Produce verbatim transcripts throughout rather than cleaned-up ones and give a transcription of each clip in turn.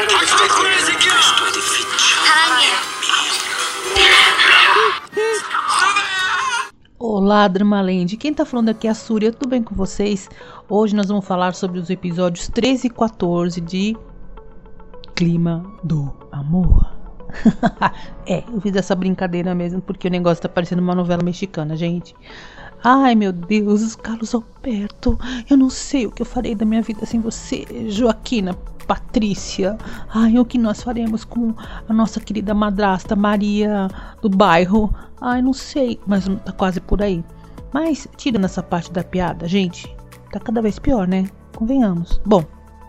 Olá, Dramaland, quem tá falando aqui é a Súria, tudo bem com vocês? Hoje nós vamos falar sobre os episódios treze e quatorze de Clima do Amor. É, eu fiz essa brincadeira mesmo porque o negócio tá parecendo uma novela mexicana, gente. Ai, meu Deus, Carlos Alberto, eu não sei o que eu farei da minha vida sem você, Joaquina, Patrícia. Ai, o que nós faremos com a nossa querida madrasta Maria do bairro? Ai, não sei, mas tá quase por aí. Mas, tirando essa parte da piada, gente, tá cada vez pior, né? Convenhamos. Bom,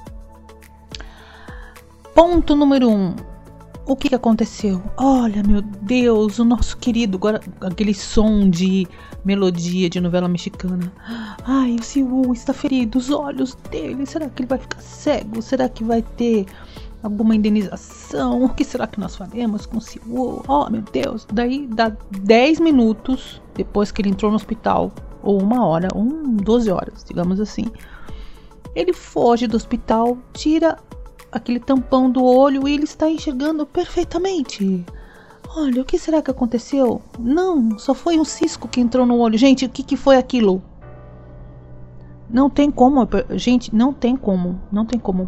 ponto número um. O que, que aconteceu? Olha, meu Deus, o nosso querido, agora aquele som de melodia de novela mexicana. Ai, o Siwoo está ferido, os olhos dele, será que ele vai ficar cego? Será que vai ter alguma indenização? O que será que nós faremos com o Siwoo? Oh, meu Deus. Daí dá dez minutos depois que ele entrou no hospital, ou uma hora, um, doze horas, digamos assim. Ele foge do hospital, tira aquele tampão do olho e ele está enxergando perfeitamente. Olha, o que será que aconteceu? Não, só foi um cisco que entrou no olho. Gente, o que, que foi aquilo? Não tem como, gente, não tem como, não tem como.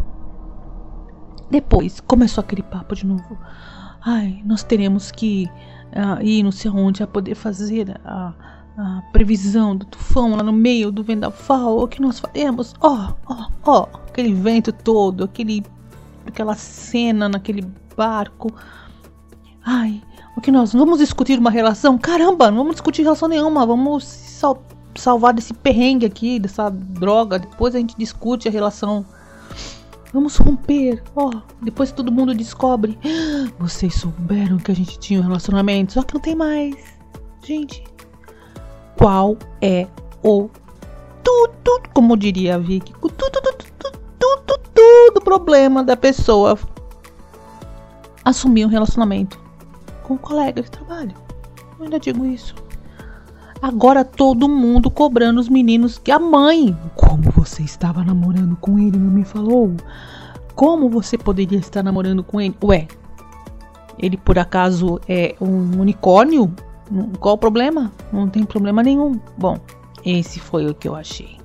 Depois começou aquele papo de novo. Ai, nós teremos que uh, ir não sei aonde a poder fazer a, a previsão do tufão lá no meio do vendaval. O que nós faremos? Ó, ó, ó, aquele vento todo, aquele aquela cena naquele barco. Ai, o que nós vamos discutir uma relação? Caramba, não vamos discutir relação nenhuma. Vamos sal, salvar desse perrengue aqui, dessa droga. Depois a gente discute a relação. Vamos romper. Ó, oh, depois todo mundo descobre. Vocês souberam que a gente tinha um relacionamento, só que não tem mais. Gente, qual é o tudo, como diria a Vicky, o tudo, tudo, tudo, tudo, tudo problema da pessoa assumir um relacionamento com um colega de trabalho? Eu ainda digo isso. Agora todo mundo cobrando os meninos que a mãe. Como você estava namorando com ele, não me falou? Como você poderia estar namorando com ele? Ué, ele por acaso é um unicórnio? Qual o problema? Não tem problema nenhum. Bom, esse foi o que eu achei.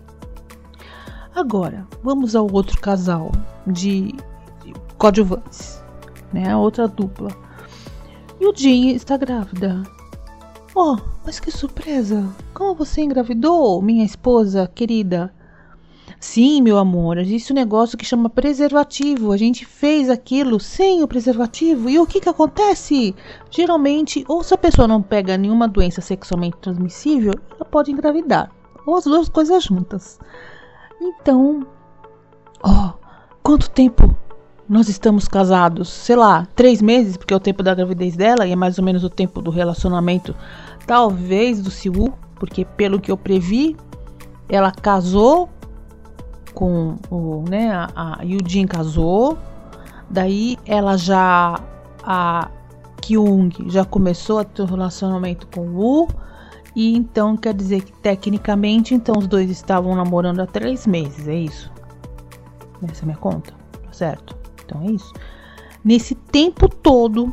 Agora, vamos ao outro casal de, de coadjuvantes, né? A outra dupla. E o Jin está grávida. Oh, mas que surpresa! Como você engravidou, minha esposa querida? Sim, meu amor, existe um negócio que chama preservativo. A gente fez aquilo sem o preservativo. E o que que acontece? Geralmente, ou se a pessoa não pega nenhuma doença sexualmente transmissível, ela pode engravidar. Ou as duas coisas juntas. Então, oh, quanto tempo nós estamos casados? Sei lá, três meses, porque é o tempo da gravidez dela e é mais ou menos o tempo do relacionamento, talvez do Siwoo, porque pelo que eu previ, ela casou com o, né, a, a Yujin casou, daí ela já, a Kyung já começou a ter um relacionamento com o Woo, e então quer dizer que tecnicamente, então os dois estavam namorando há três meses, é isso? Essa é a minha conta, tá certo? Então é isso. Nesse tempo todo,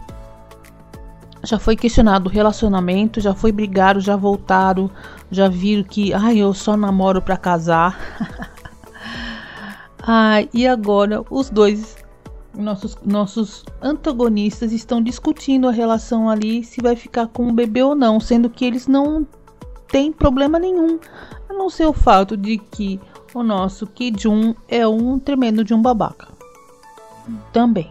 já foi questionado o relacionamento, já foi brigaram, já voltaram, já viram que, ai, eu só namoro pra casar. Ai, e agora os dois, nossos, nossos antagonistas, estão discutindo a relação ali, se vai ficar com o bebê ou não, sendo que eles não têm problema nenhum, a não ser o fato de que o nosso Ki-jun é um tremendo de um babaca. Também.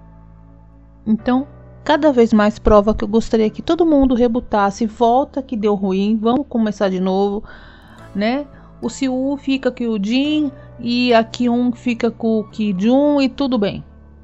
Então, cada vez mais prova que eu gostaria que todo mundo rebutasse, volta que deu ruim, vamos começar de novo, né? O Siwoo fica com o Jin e a Kyung fica com o Ki-jun e tudo bem.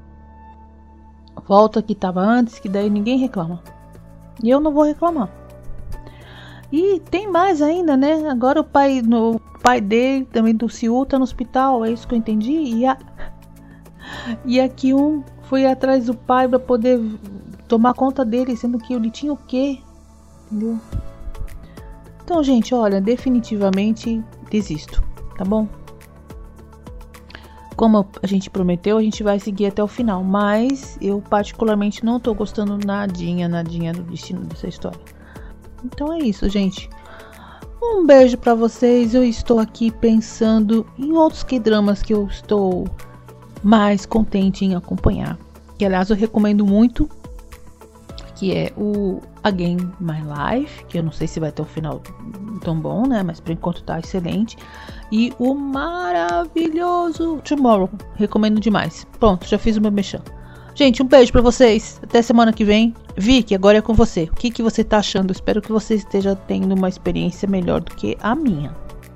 Volta que estava antes, que daí ninguém reclama. E eu não vou reclamar. E tem mais ainda, né? Agora o pai, no, o pai dele, também do Siwoo, tá no hospital, é isso que eu entendi. E a, e a Kyung foi atrás do pai para poder tomar conta dele, sendo que ele tinha o quê? Entendeu? Então, gente, olha, definitivamente desisto, tá bom? como a gente prometeu, a gente vai seguir até o final. Mas eu particularmente não tô gostando nadinha, nadinha do destino dessa história. Então é isso, gente. Um beijo pra vocês. Eu estou aqui pensando em outros K-dramas que eu estou mais contente em acompanhar. Que aliás eu recomendo muito. Que é o Again My Life, que eu não sei se vai ter um final tão bom, né? Mas por enquanto tá excelente. E o maravilhoso Tomorrow, recomendo demais. Pronto, já fiz o meu mexão. Gente, um beijo pra vocês. Até semana que vem. Vicky, agora é com você. O que, que você tá achando? Espero que você esteja tendo uma experiência melhor do que a minha.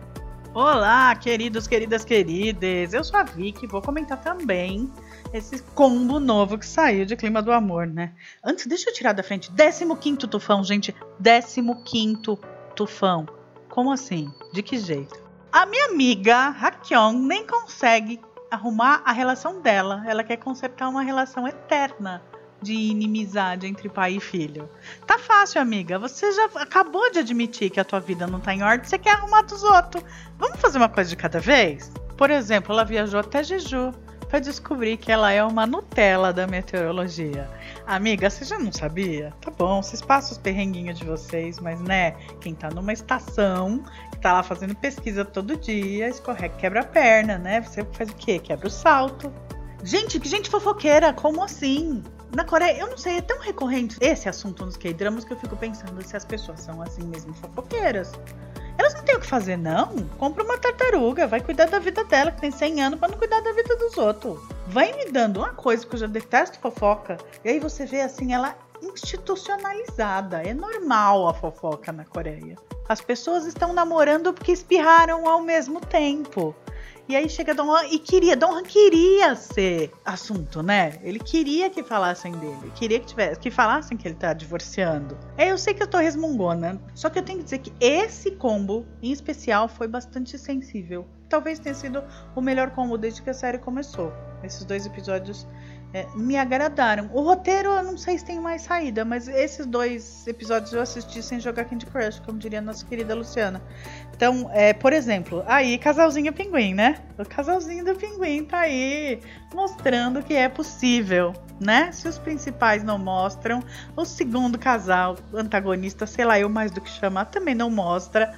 Olá, queridos, queridas, queridas. Eu sou a Vicky, vou comentar também esse combo novo que saiu de Clima do Amor, né? Antes, deixa eu tirar da frente. décimo quinto tufão, gente. décimo quinto tufão. Como assim? De que jeito? A minha amiga, Hakyong, nem consegue arrumar a relação dela. Ela quer consertar uma relação eterna de inimizade entre pai e filho. Tá fácil, amiga. Você já acabou de admitir que a tua vida não tá em ordem. Você quer arrumar dos outros. Vamos fazer uma coisa de cada vez? Por exemplo, ela viajou até Jeju para descobrir que ela é uma Nutella da meteorologia. Amiga, você já não sabia? Tá bom, vocês passam os perrenguinhos de vocês, mas né, quem tá numa estação, que tá lá fazendo pesquisa todo dia, escorrega, quebra a perna, né? Você faz o quê? Quebra o salto. Gente, que gente fofoqueira, como assim? Na Coreia, eu não sei, é tão recorrente esse assunto nos K-dramas que eu fico pensando se as pessoas são assim mesmo fofoqueiras. Elas não têm o que fazer, não. Compra uma tartaruga, vai cuidar da vida dela, que tem cem anos, pra não cuidar da vida dos outros. Vai me dando uma coisa que eu já detesto fofoca. E aí você vê assim, ela institucionalizada. É normal a fofoca na Coreia. As pessoas estão namorando porque espirraram ao mesmo tempo. E aí chega Dong Han e queria, Dong Han queria ser assunto, né? Ele queria que falassem dele, queria que tivesse, que falassem que ele tá divorciando. É, eu sei que eu tô resmungona, só que eu tenho que dizer que esse combo, em especial, foi bastante sensível. Talvez tenha sido o melhor combo desde que a série começou. Esses dois episódios é, me agradaram. O roteiro eu não sei se tem mais saída, mas esses dois episódios eu assisti sem jogar Candy Crush, como diria a nossa querida Luciana. Então, é, por exemplo, aí, casalzinho pinguim, né? O casalzinho do pinguim tá aí mostrando que é possível, né? Se os principais não mostram, o segundo casal, antagonista, sei lá, eu mais do que chamar, também não mostra.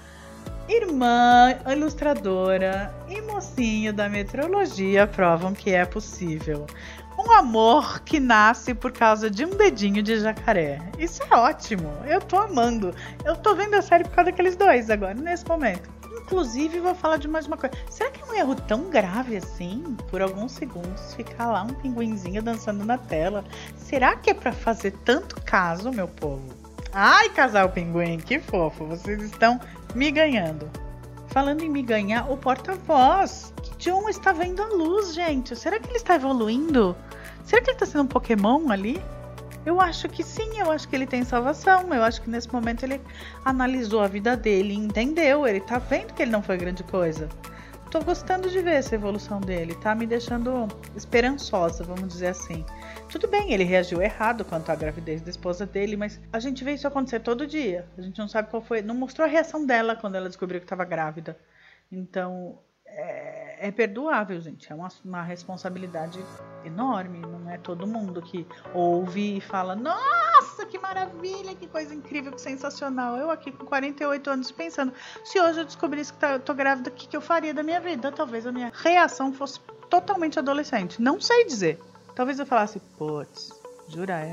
Irmã, ilustradora e mocinho da meteorologia provam que é possível. Um amor que nasce por causa de um dedinho de jacaré. Isso é ótimo. Eu tô amando. Eu tô vendo a série por causa daqueles dois agora, nesse momento. Inclusive, vou falar de mais uma coisa. Será que é um erro tão grave assim, por alguns segundos, ficar lá um pinguinzinho dançando na tela? Será que é pra fazer tanto caso, meu povo? Ai, casal pinguim, que fofo. Vocês estão me ganhando. Falando em me ganhar, o porta-voz. Que John está vendo a luz, gente. Será que ele está evoluindo? Será que ele está sendo um Pokémon ali? Eu acho que sim, eu acho que ele tem salvação. Eu acho que nesse momento ele analisou a vida dele e entendeu. Ele tá vendo que ele não foi grande coisa. Tô gostando de ver essa evolução dele. Tá me deixando esperançosa, vamos dizer assim. Tudo bem, ele reagiu errado quanto à gravidez da esposa dele, mas a gente vê isso acontecer todo dia. A gente não sabe qual foi... Não mostrou a reação dela quando ela descobriu que estava grávida. Então, é, é perdoável, gente. É uma, uma responsabilidade enorme. Não é todo mundo que ouve e fala: nossa, que maravilha, que coisa incrível, que sensacional. Eu aqui com quarenta e oito anos pensando, se hoje eu descobrisse que tá, tô grávida, o que, que eu faria da minha vida? Talvez a minha reação fosse totalmente adolescente. Não sei dizer. Talvez eu falasse, putz, jura é?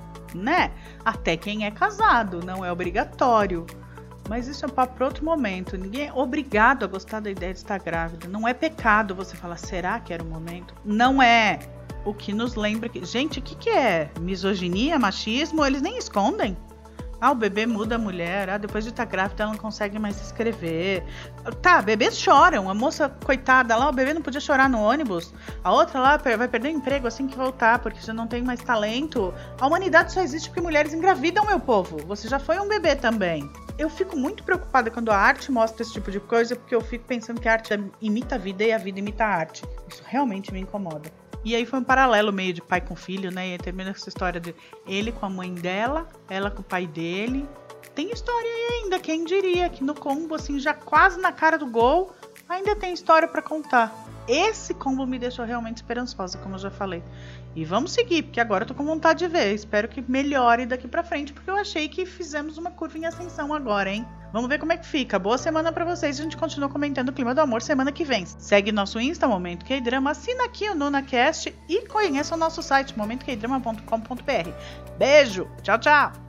Né? Até quem é casado, não é obrigatório. Mas isso é um papo para outro momento. Ninguém é obrigado a gostar da ideia de estar grávida. Não é pecado você falar, será que era o momento? Não é. O que nos lembra que... Gente, o que, que é? Misoginia, machismo? Eles nem escondem. Ah, o bebê muda a mulher. Ah, depois de estar grávida ela não consegue mais se escrever. Tá, bebês choram. A moça, coitada lá, o bebê não podia chorar no ônibus. A outra lá vai perder o emprego assim que voltar, porque já não tem mais talento. A humanidade só existe porque mulheres engravidam, meu povo. Você já foi um bebê também. Eu fico muito preocupada quando a arte mostra esse tipo de coisa, porque eu fico pensando que a arte imita a vida e a vida imita a arte. Isso realmente me incomoda. E aí foi um paralelo meio de pai com filho, né? E aí termina essa história de ele com a mãe dela, ela com o pai dele. Tem história aí ainda, quem diria que no combo, assim, já quase na cara do gol, ainda tem história pra contar. esse combo me deixou realmente esperançosa, como eu já falei. E vamos seguir, porque agora eu tô com vontade de ver. Espero que melhore daqui pra frente, porque eu achei que fizemos uma curva em ascensão agora, hein? Vamos ver como é que fica. Boa semana pra vocês. A gente continua comentando o Clima do Amor semana que vem. Segue nosso Insta, Momento K-Drama. Assina aqui o NunaCast e conheça o nosso site, momento k drama ponto com ponto b r. Beijo! Tchau, tchau!